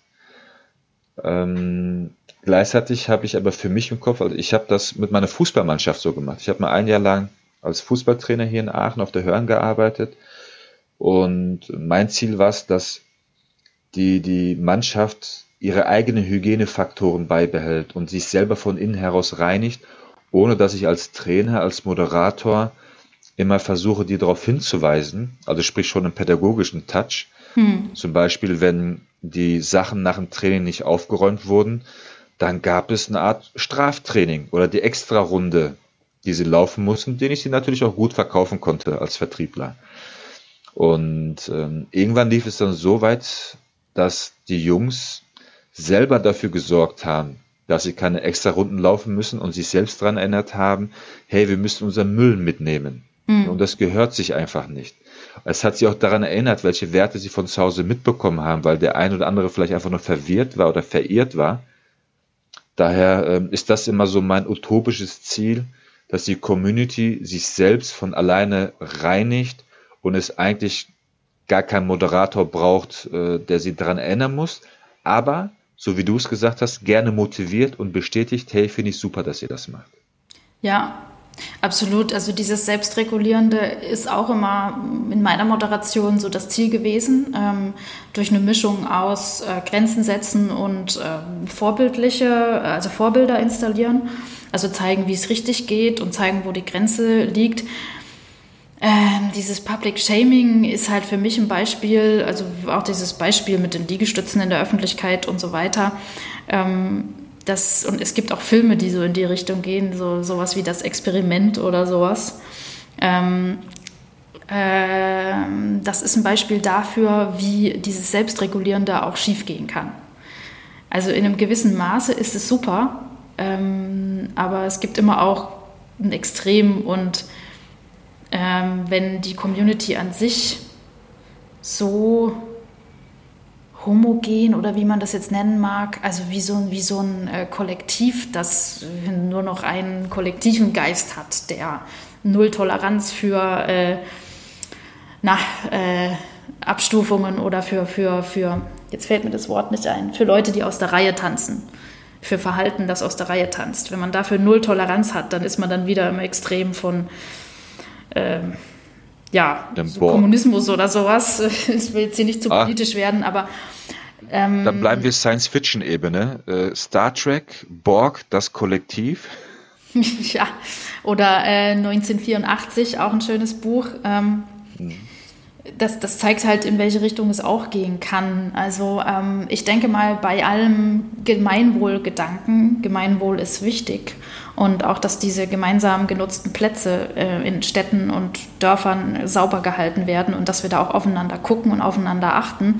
Gleichzeitig habe ich aber für mich im Kopf, also ich habe das mit meiner Fußballmannschaft so gemacht. Ich habe mal ein Jahr lang als Fußballtrainer hier in Aachen auf der Hörn gearbeitet und mein Ziel war es, dass die Mannschaft ihre eigenen Hygienefaktoren beibehält und sich selber von innen heraus reinigt, ohne dass ich als Trainer, als Moderator immer versuche, die darauf hinzuweisen, also sprich schon einen pädagogischen Touch. Zum Beispiel, wenn die Sachen nach dem Training nicht aufgeräumt wurden, dann gab es eine Art Straftraining oder die Extrarunde, die sie laufen mussten, den ich sie natürlich auch gut verkaufen konnte als Vertriebler. Und irgendwann lief es dann so weit, dass die Jungs selber dafür gesorgt haben, dass sie keine extra Runden laufen müssen und sich selbst daran erinnert haben, hey, wir müssen unseren Müll mitnehmen. Und das gehört sich einfach nicht. Es hat sie auch daran erinnert, welche Werte sie von zu Hause mitbekommen haben, weil der ein oder andere vielleicht einfach nur verwirrt war oder verirrt war. Daher ist das immer so mein utopisches Ziel, dass die Community sich selbst von alleine reinigt und es eigentlich gar keinen Moderator braucht, der sie daran erinnern muss, aber, so wie du es gesagt hast, gerne motiviert und bestätigt, hey, finde ich super, dass ihr das macht. Ja, absolut. Also dieses Selbstregulierende ist auch immer in meiner Moderation so das Ziel gewesen, durch eine Mischung aus Grenzen setzen und Vorbilder installieren, also zeigen, wie es richtig geht und zeigen, wo die Grenze liegt. Dieses Public Shaming ist halt für mich ein Beispiel, also auch dieses Beispiel mit den Liegestützen in der Öffentlichkeit und so weiter. Und es gibt auch Filme, die so in die Richtung gehen, sowas wie Das Experiment oder sowas. Das ist ein Beispiel dafür, wie dieses Selbstregulierende auch schiefgehen kann. Also in einem gewissen Maße ist es super, aber es gibt immer auch ein Extrem und wenn die Community an sich so homogen oder wie man das jetzt nennen mag, also wie so ein Kollektiv, das nur noch einen kollektiven Geist hat, der null Toleranz für Abstufungen oder für, jetzt fällt mir das Wort nicht ein, für Leute, die aus der Reihe tanzen, für Verhalten, das aus der Reihe tanzt. Wenn man dafür null Toleranz hat, dann ist man dann wieder im Extrem von so Kommunismus oder sowas. Ich will jetzt hier nicht zu politisch werden, aber dann bleiben wir Science-Fiction-Ebene. Star Trek, Borg, das Kollektiv. Ja, oder 1984, auch ein schönes Buch. Das zeigt halt, in welche Richtung es auch gehen kann. Also ich denke mal, bei allem Gemeinwohlgedanken, Gemeinwohl ist wichtig. Und auch, dass diese gemeinsam genutzten Plätze in Städten und Dörfern sauber gehalten werden und dass wir da auch aufeinander gucken und aufeinander achten.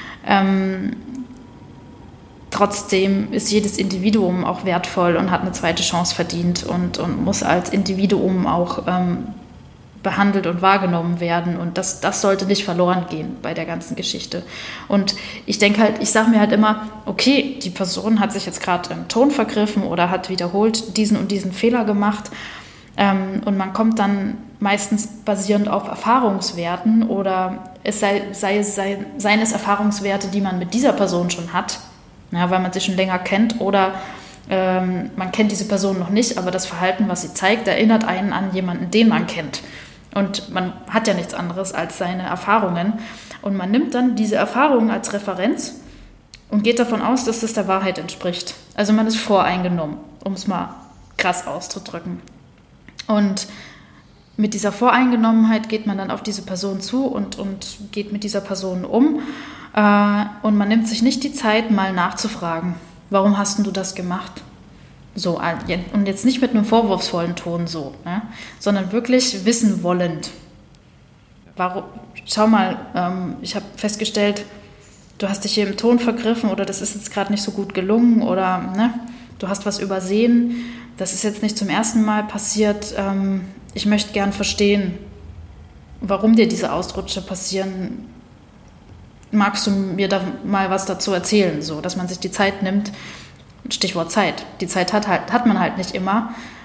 Trotzdem ist jedes Individuum auch wertvoll und hat eine zweite Chance verdient und muss als Individuum auch behandelt und wahrgenommen werden. Und das sollte nicht verloren gehen bei der ganzen Geschichte. Und ich denke halt, ich sage mir halt immer, okay, die Person hat sich jetzt gerade im Ton vergriffen oder hat wiederholt diesen und diesen Fehler gemacht. Und man kommt dann meistens basierend auf Erfahrungswerten oder seien es Erfahrungswerte, die man mit dieser Person schon hat, ja, weil man sie schon länger kennt oder man kennt diese Person noch nicht, aber das Verhalten, was sie zeigt, erinnert einen an jemanden, den man kennt. Und man hat ja nichts anderes als seine Erfahrungen. Und man nimmt dann diese Erfahrungen als Referenz und geht davon aus, dass das der Wahrheit entspricht. Also man ist voreingenommen, um es mal krass auszudrücken. Und mit dieser Voreingenommenheit geht man dann auf diese Person zu und geht mit dieser Person um. Und man nimmt sich nicht die Zeit, mal nachzufragen, warum hast denn du das gemacht? So, und jetzt nicht mit einem vorwurfsvollen Ton so, ne? Sondern wirklich wissen wollend. Warum? Schau mal, ich habe festgestellt, du hast dich hier im Ton vergriffen oder das ist jetzt gerade nicht so gut gelungen oder ne, du hast was übersehen. Das ist jetzt nicht zum ersten Mal passiert. Ich möchte gern verstehen, warum dir diese Ausrutsche passieren. Magst du mir da mal was dazu erzählen, so, dass man sich die Zeit nimmt? Stichwort Zeit. Die Zeit hat man halt nicht immer.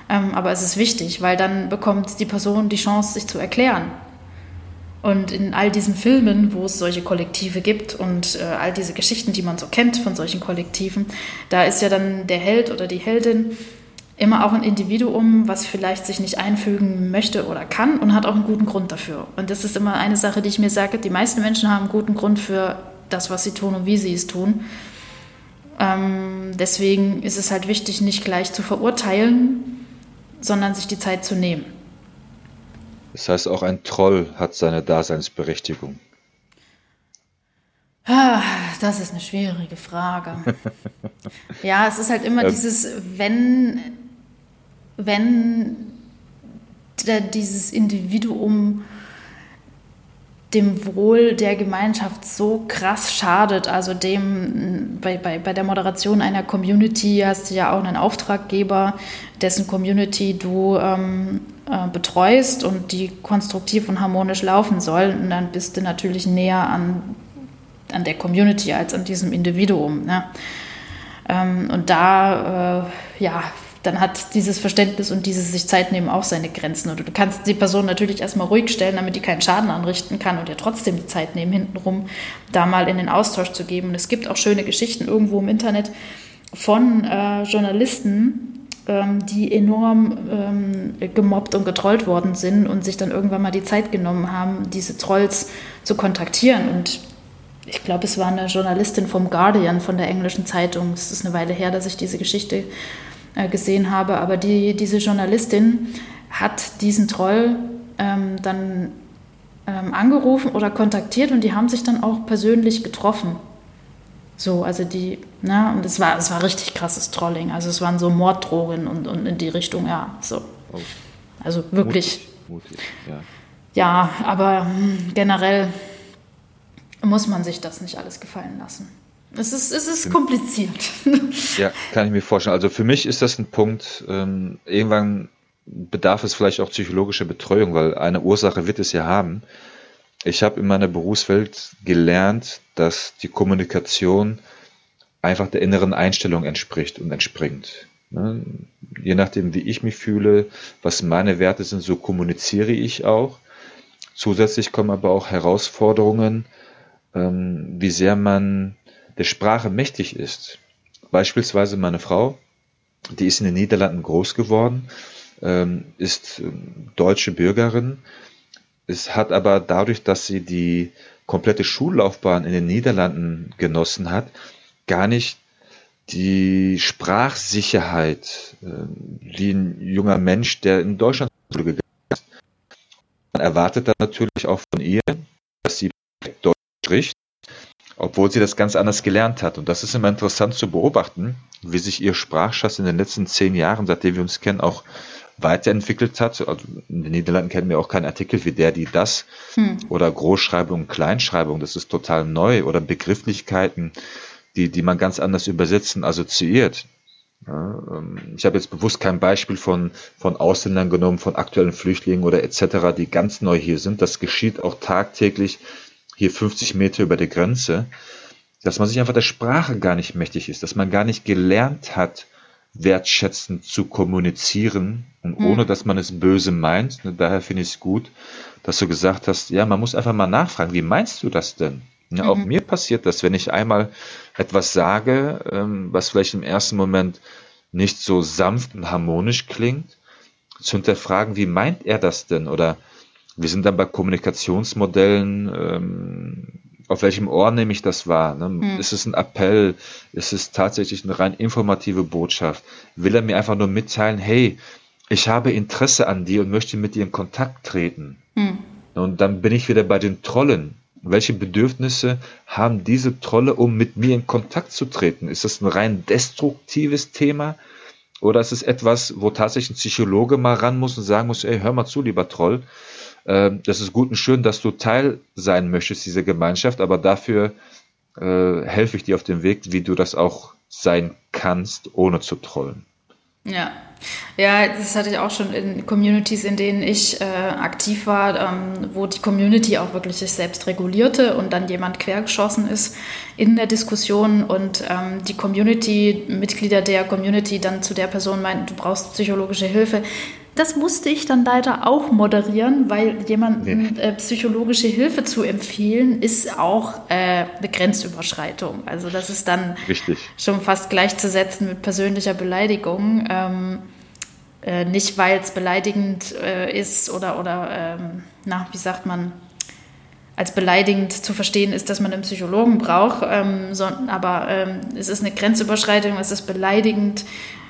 Aber es ist wichtig, weil dann bekommt die Person die Chance, sich zu erklären. Und in all diesen Filmen, wo es solche Kollektive gibt und all diese Geschichten, die man so kennt von solchen Kollektiven, da ist ja dann der Held oder die Heldin immer auch ein Individuum, was vielleicht sich nicht einfügen möchte oder kann und hat auch einen guten Grund dafür. Und das ist immer eine Sache, die ich mir sage, die meisten Menschen haben einen guten Grund für das, was sie tun und wie sie es tun. Deswegen ist es halt wichtig, nicht gleich zu verurteilen, sondern sich die Zeit zu nehmen. Das heißt, auch ein Troll hat seine Daseinsberechtigung. Das ist eine schwierige Frage. Ja, es ist halt immer dieses, wenn dieses Individuum dem Wohl der Gemeinschaft so krass schadet, also bei der Moderation einer Community hast du ja auch einen Auftraggeber, dessen Community du betreust und die konstruktiv und harmonisch laufen soll, und dann bist du natürlich näher an der Community als an diesem Individuum. Ne? Und da, dann hat dieses Verständnis und dieses sich Zeit nehmen auch seine Grenzen. Und du kannst die Person natürlich erstmal ruhig stellen, damit die keinen Schaden anrichten kann, und ihr trotzdem die Zeit nehmen, hintenrum da mal in den Austausch zu geben. Und es gibt auch schöne Geschichten irgendwo im Internet von Journalisten, die enorm gemobbt und getrollt worden sind und sich dann irgendwann mal die Zeit genommen haben, diese Trolls zu kontaktieren. Und ich glaube, es war eine Journalistin vom Guardian, von der englischen Zeitung. Es ist eine Weile her, dass ich diese Geschichte gesehen habe, aber diese Journalistin hat diesen Troll dann angerufen oder kontaktiert, und die haben sich dann auch persönlich getroffen. So, also und es war richtig krasses Trolling, also es waren so Morddrohungen und in die Richtung, ja, so. Also wirklich. Mutig, ja. Ja, aber generell muss man sich das nicht alles gefallen lassen. Es ist kompliziert. Ja, kann ich mir vorstellen. Also für mich ist das ein Punkt, irgendwann bedarf es vielleicht auch psychologischer Betreuung, weil eine Ursache wird es ja haben. Ich habe in meiner Berufswelt gelernt, dass die Kommunikation einfach der inneren Einstellung entspricht und entspringt. Ne? Je nachdem, wie ich mich fühle, was meine Werte sind, so kommuniziere ich auch. Zusätzlich kommen aber auch Herausforderungen, wie sehr man der Sprache mächtig ist. Beispielsweise meine Frau, die ist in den Niederlanden groß geworden, ist deutsche Bürgerin. Es hat aber dadurch, dass sie die komplette Schullaufbahn in den Niederlanden genossen hat, gar nicht die Sprachsicherheit wie ein junger Mensch, der in Deutschland gegangen ist. Man erwartet dann natürlich auch von ihr, dass sie Deutsch spricht, obwohl sie das ganz anders gelernt hat. Und das ist immer interessant zu beobachten, wie sich ihr Sprachschatz in den letzten 10 Jahren, seitdem wir uns kennen, auch weiterentwickelt hat. Also in den Niederlanden kennen wir auch keinen Artikel wie der, die, das oder Großschreibung, Kleinschreibung, das ist total neu, oder Begrifflichkeiten, die man ganz anders übersetzen, assoziiert. Ja, ich habe jetzt bewusst kein Beispiel von Ausländern genommen, von aktuellen Flüchtlingen oder etc., die ganz neu hier sind. Das geschieht auch tagtäglich hier 50 Meter über der Grenze, dass man sich einfach der Sprache gar nicht mächtig ist, dass man gar nicht gelernt hat, wertschätzend zu kommunizieren und ohne, dass man es böse meint. Daher finde ich es gut, dass du gesagt hast, ja, man muss einfach mal nachfragen, wie meinst du das denn? Ja, auch mir passiert das, wenn ich einmal etwas sage, was vielleicht im ersten Moment nicht so sanft und harmonisch klingt, zu hinterfragen, wie meint er das denn? Oder wir sind dann bei Kommunikationsmodellen, auf welchem Ohr nehme ich das wahr? Ne? Ist es ein Appell? Ist es tatsächlich eine rein informative Botschaft? Will er mir einfach nur mitteilen, hey, ich habe Interesse an dir und möchte mit dir in Kontakt treten? Und dann bin ich wieder bei den Trollen. Welche Bedürfnisse haben diese Trolle, um mit mir in Kontakt zu treten? Ist das ein rein destruktives Thema? Oder ist es etwas, wo tatsächlich ein Psychologe mal ran muss und sagen muss, ey, hör mal zu, lieber Troll, das ist gut und schön, dass du Teil sein möchtest dieser Gemeinschaft, aber dafür helfe ich dir auf dem Weg, wie du das auch sein kannst, ohne zu trollen. Ja. Ja, das hatte ich auch schon in Communities, in denen ich aktiv war, wo die Community auch wirklich sich selbst regulierte und dann jemand quergeschossen ist in der Diskussion und die Community, Mitglieder der Community dann zu der Person meinten, du brauchst psychologische Hilfe. Das musste ich dann leider auch moderieren, weil jemandem psychologische Hilfe zu empfehlen, ist auch eine Grenzüberschreitung. Also das ist dann Richtig. schon fast gleichzusetzen mit persönlicher Beleidigung. Nicht, weil es beleidigend ist oder wie sagt man, als beleidigend zu verstehen ist, dass man einen Psychologen braucht, aber es ist eine Grenzüberschreitung, es ist beleidigend.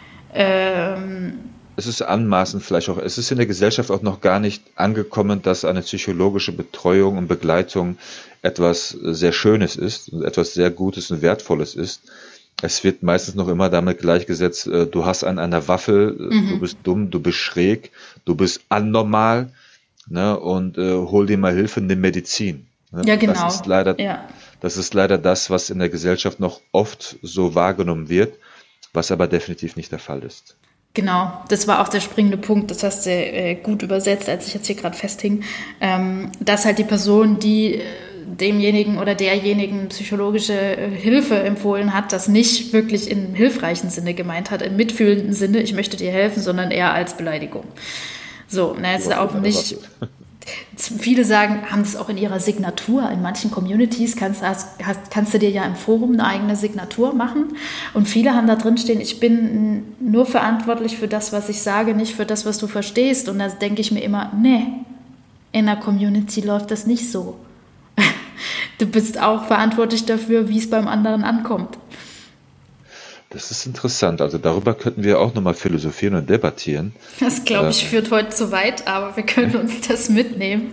Es ist anmaßend vielleicht auch. Es ist in der Gesellschaft auch noch gar nicht angekommen, dass eine psychologische Betreuung und Begleitung etwas sehr Schönes ist und etwas sehr Gutes und Wertvolles ist. Es wird meistens noch immer damit gleichgesetzt, du hast an einer Waffel, du bist dumm, du bist schräg, du bist anormal, ne, und hol dir mal Hilfe, nimm Medizin. Ne? Ja, genau. Das ist leider das, was in der Gesellschaft noch oft so wahrgenommen wird, was aber definitiv nicht der Fall ist. Genau, das war auch der springende Punkt, das hast du gut übersetzt, als ich jetzt hier gerade festhing, dass halt die Person, die demjenigen oder derjenigen psychologische Hilfe empfohlen hat, das nicht wirklich im hilfreichen Sinne gemeint hat, im mitfühlenden Sinne, ich möchte dir helfen, sondern eher als Beleidigung. So, jetzt auch nicht... Viele sagen, haben es auch in ihrer Signatur. In manchen Communities kannst du dir ja im Forum eine eigene Signatur machen. Und viele haben da drin stehen, ich bin nur verantwortlich für das, was ich sage, nicht für das, was du verstehst. Und da denke ich mir immer, nee, in der Community läuft das nicht so. Du bist auch verantwortlich dafür, wie es beim anderen ankommt. Das ist interessant. Also darüber könnten wir auch nochmal philosophieren und debattieren. Das, glaube ich, führt heute zu weit, aber wir können uns das mitnehmen.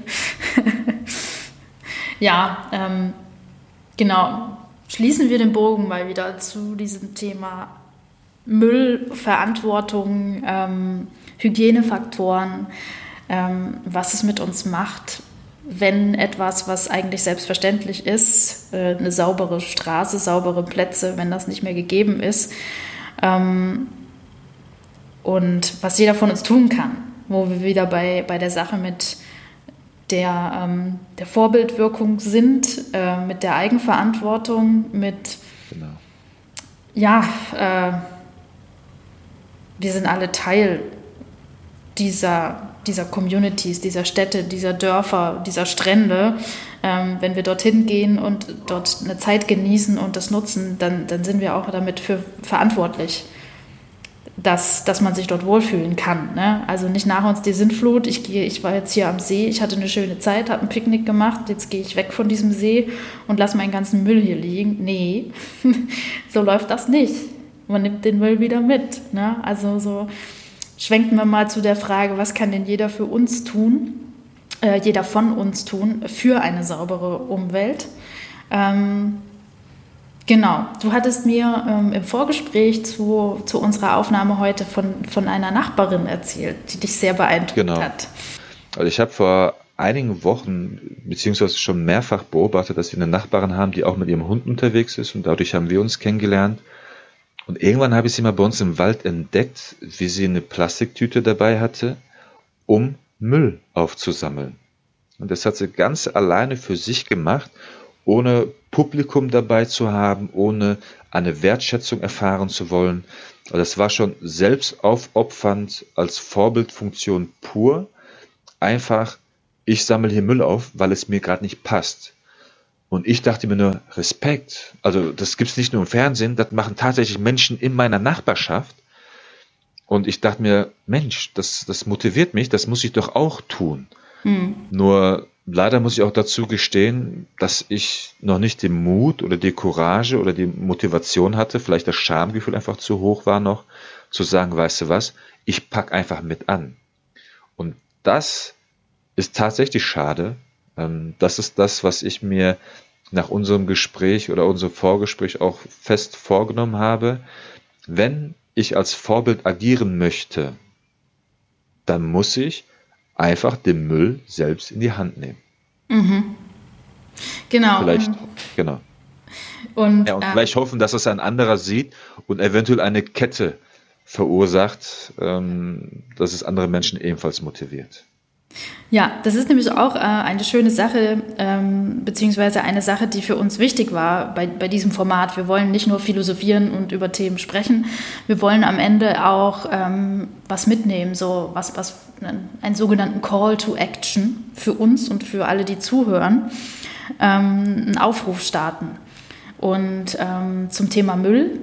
Ja, genau. Schließen wir den Bogen mal wieder zu diesem Thema Müll, Verantwortung, Hygienefaktoren, was es mit uns macht, wenn etwas, was eigentlich selbstverständlich ist, eine saubere Straße, saubere Plätze, wenn das nicht mehr gegeben ist, und was jeder von uns tun kann, wo wir wieder bei der Sache mit der Vorbildwirkung sind, mit der Eigenverantwortung, mit, Genau. Wir sind alle Teil dieser Communities, dieser Städte, dieser Dörfer, dieser Strände. Wenn wir dorthin gehen und dort eine Zeit genießen und das nutzen, dann sind wir auch damit verantwortlich, dass man sich dort wohlfühlen kann. Ne? Also nicht nach uns die Sintflut, ich war jetzt hier am See, ich hatte eine schöne Zeit, habe ein Picknick gemacht, jetzt gehe ich weg von diesem See und lasse meinen ganzen Müll hier liegen. Nee, so läuft das nicht. Man nimmt den Müll wieder mit. Ne? Also so schwenken wir mal zu der Frage, was kann denn jeder für uns tun, jeder von uns tun, für eine saubere Umwelt. Genau, du hattest mir im Vorgespräch zu unserer Aufnahme heute von einer Nachbarin erzählt, die dich sehr beeindruckt hat. Also ich habe vor einigen Wochen, beziehungsweise schon mehrfach beobachtet, dass wir eine Nachbarin haben, die auch mit ihrem Hund unterwegs ist und dadurch haben wir uns kennengelernt. Und irgendwann habe ich sie mal bei uns im Wald entdeckt, wie sie eine Plastiktüte dabei hatte, um Müll aufzusammeln. Und das hat sie ganz alleine für sich gemacht, ohne Publikum dabei zu haben, ohne eine Wertschätzung erfahren zu wollen. Also das war schon selbstaufopfernd als Vorbildfunktion pur. Einfach, ich sammle hier Müll auf, weil es mir gerade nicht passt. Und ich dachte mir nur, Respekt. Also das gibt's nicht nur im Fernsehen, das machen tatsächlich Menschen in meiner Nachbarschaft. Und ich dachte mir, Mensch, das motiviert mich, das muss ich doch auch tun. Nur leider muss ich auch dazu gestehen, dass ich noch nicht den Mut oder die Courage oder die Motivation hatte, vielleicht das Schamgefühl einfach zu hoch war noch, zu sagen, weißt du was, ich pack einfach mit an. Und das ist tatsächlich schade. Das ist das, was ich mir nach unserem Gespräch oder unserem Vorgespräch auch fest vorgenommen habe. Wenn ich als Vorbild agieren möchte, dann muss ich einfach den Müll selbst in die Hand nehmen. Genau. Und vielleicht hoffen, dass es ein anderer sieht und eventuell eine Kette verursacht, dass es andere Menschen ebenfalls motiviert. Ja, das ist nämlich auch eine schöne Sache, beziehungsweise eine Sache, die für uns wichtig war bei diesem Format. Wir wollen nicht nur philosophieren und über Themen sprechen, wir wollen am Ende auch was mitnehmen, so einen sogenannten Call to Action für uns und für alle, die zuhören, einen Aufruf starten. Und zum Thema Müll,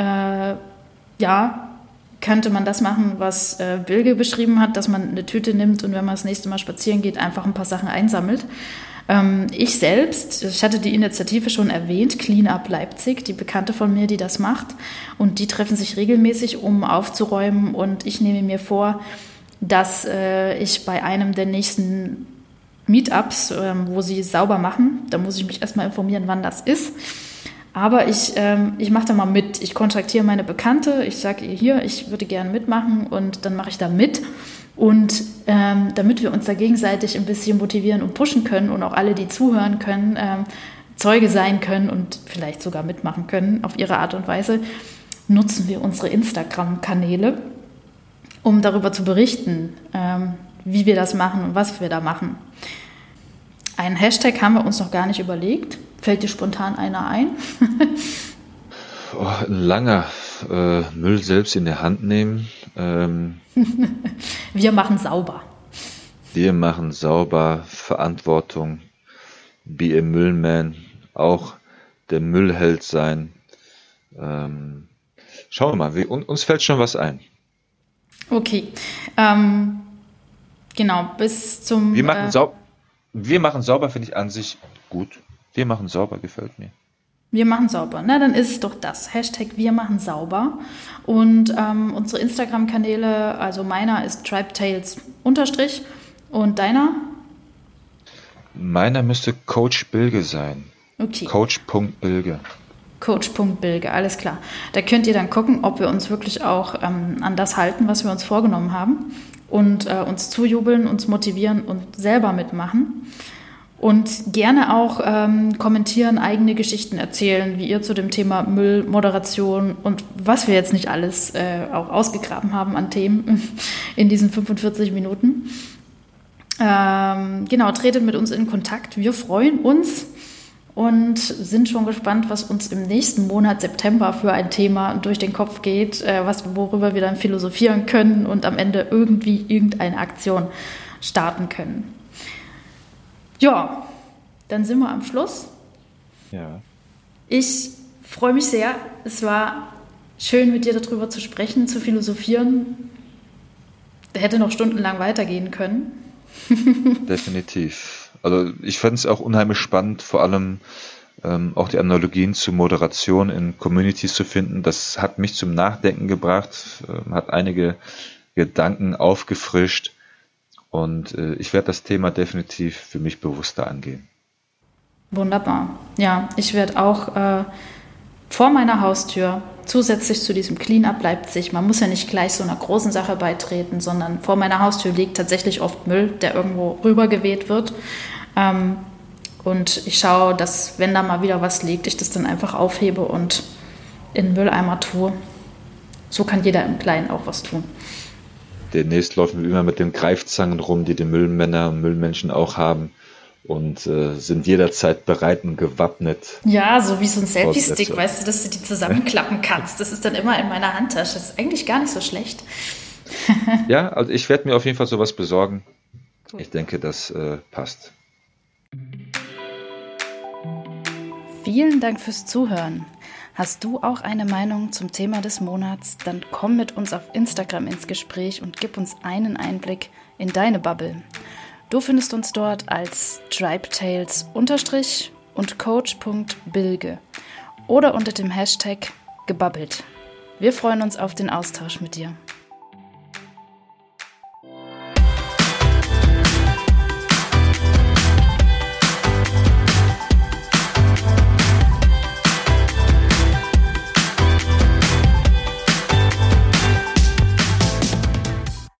könnte man das machen, was Bilge beschrieben hat, dass man eine Tüte nimmt und wenn man das nächste Mal spazieren geht, einfach ein paar Sachen einsammelt. Ich hatte die Initiative schon erwähnt, Clean Up Leipzig, die Bekannte von mir, die das macht. Und die treffen sich regelmäßig, um aufzuräumen. Und ich nehme mir vor, dass ich bei einem der nächsten Meetups, wo sie sauber machen, da muss ich mich erstmal informieren, wann das ist. Aber ich mache da mal mit. Ich kontaktiere meine Bekannte, ich sage ihr hier, ich würde gerne mitmachen und dann mache ich da mit. Und damit wir uns da gegenseitig ein bisschen motivieren und pushen können und auch alle, die zuhören können, Zeuge sein können und vielleicht sogar mitmachen können auf ihre Art und Weise, nutzen wir unsere Instagram-Kanäle, um darüber zu berichten, wie wir das machen und was wir da machen. Einen Hashtag haben wir uns noch gar nicht überlegt. Fällt dir spontan einer ein? Ein langer Müll selbst in der Hand nehmen. Wir machen sauber. Wir machen sauber, Verantwortung, be a Müllman, auch der Müllheld sein. Schauen wir mal, uns fällt schon was ein. Okay, genau, bis zum... Wir machen sauber, finde ich an sich gut. Wir machen sauber, gefällt mir. Wir machen sauber. Na, dann ist es doch das. Hashtag Wir machen sauber. Und unsere Instagram-Kanäle, also meiner ist TribeTales_ und deiner? Meiner müsste Coach Bilge sein. Okay. Coach.bilge. Coach.bilge, alles klar. Da könnt ihr dann gucken, ob wir uns wirklich auch an das halten, was wir uns vorgenommen haben. Und uns zujubeln, uns motivieren und selber mitmachen. Und gerne auch kommentieren, eigene Geschichten erzählen, wie ihr zu dem Thema Müll, Moderation und was wir jetzt nicht alles auch ausgegraben haben an Themen in diesen 45 Minuten. Genau, tretet mit uns in Kontakt. Wir freuen uns und sind schon gespannt, was uns im nächsten Monat September für ein Thema durch den Kopf geht, worüber wir dann philosophieren können und am Ende irgendwie irgendeine Aktion starten können. Ja, dann sind wir am Schluss. Ja. Ich freue mich sehr. Es war schön, mit dir darüber zu sprechen, zu philosophieren. Hätte noch stundenlang weitergehen können. Definitiv. Also ich fand es auch unheimlich spannend, vor allem auch die Analogien zu Moderation in Communities zu finden. Das hat mich zum Nachdenken gebracht, hat einige Gedanken aufgefrischt. Und ich werde das Thema definitiv für mich bewusster angehen. Wunderbar. Ja, ich werde auch vor meiner Haustür zusätzlich zu diesem Clean Up Leipzig, man muss ja nicht gleich so einer großen Sache beitreten, sondern vor meiner Haustür liegt tatsächlich oft Müll, der irgendwo rübergeweht wird. Und ich schaue, dass, wenn da mal wieder was liegt, ich das dann einfach aufhebe und in den Mülleimer tue. So kann jeder im Kleinen auch was tun. Demnächst laufen wir immer mit den Greifzangen rum, die die Müllmänner und Müllmenschen auch haben und sind jederzeit bereit und gewappnet. Ja, so wie so ein Selfie-Stick, weißt du, dass du die zusammenklappen kannst. Das ist dann immer in meiner Handtasche. Das ist eigentlich gar nicht so schlecht. Ja, also ich werde mir auf jeden Fall sowas besorgen. Cool. Ich denke, das passt. Vielen Dank fürs Zuhören. Hast du auch eine Meinung zum Thema des Monats? Dann komm mit uns auf Instagram ins Gespräch und gib uns einen Einblick in deine Bubble. Du findest uns dort als TribeTales_ und Coach.bilge oder unter dem Hashtag gebabbelt. Wir freuen uns auf den Austausch mit dir.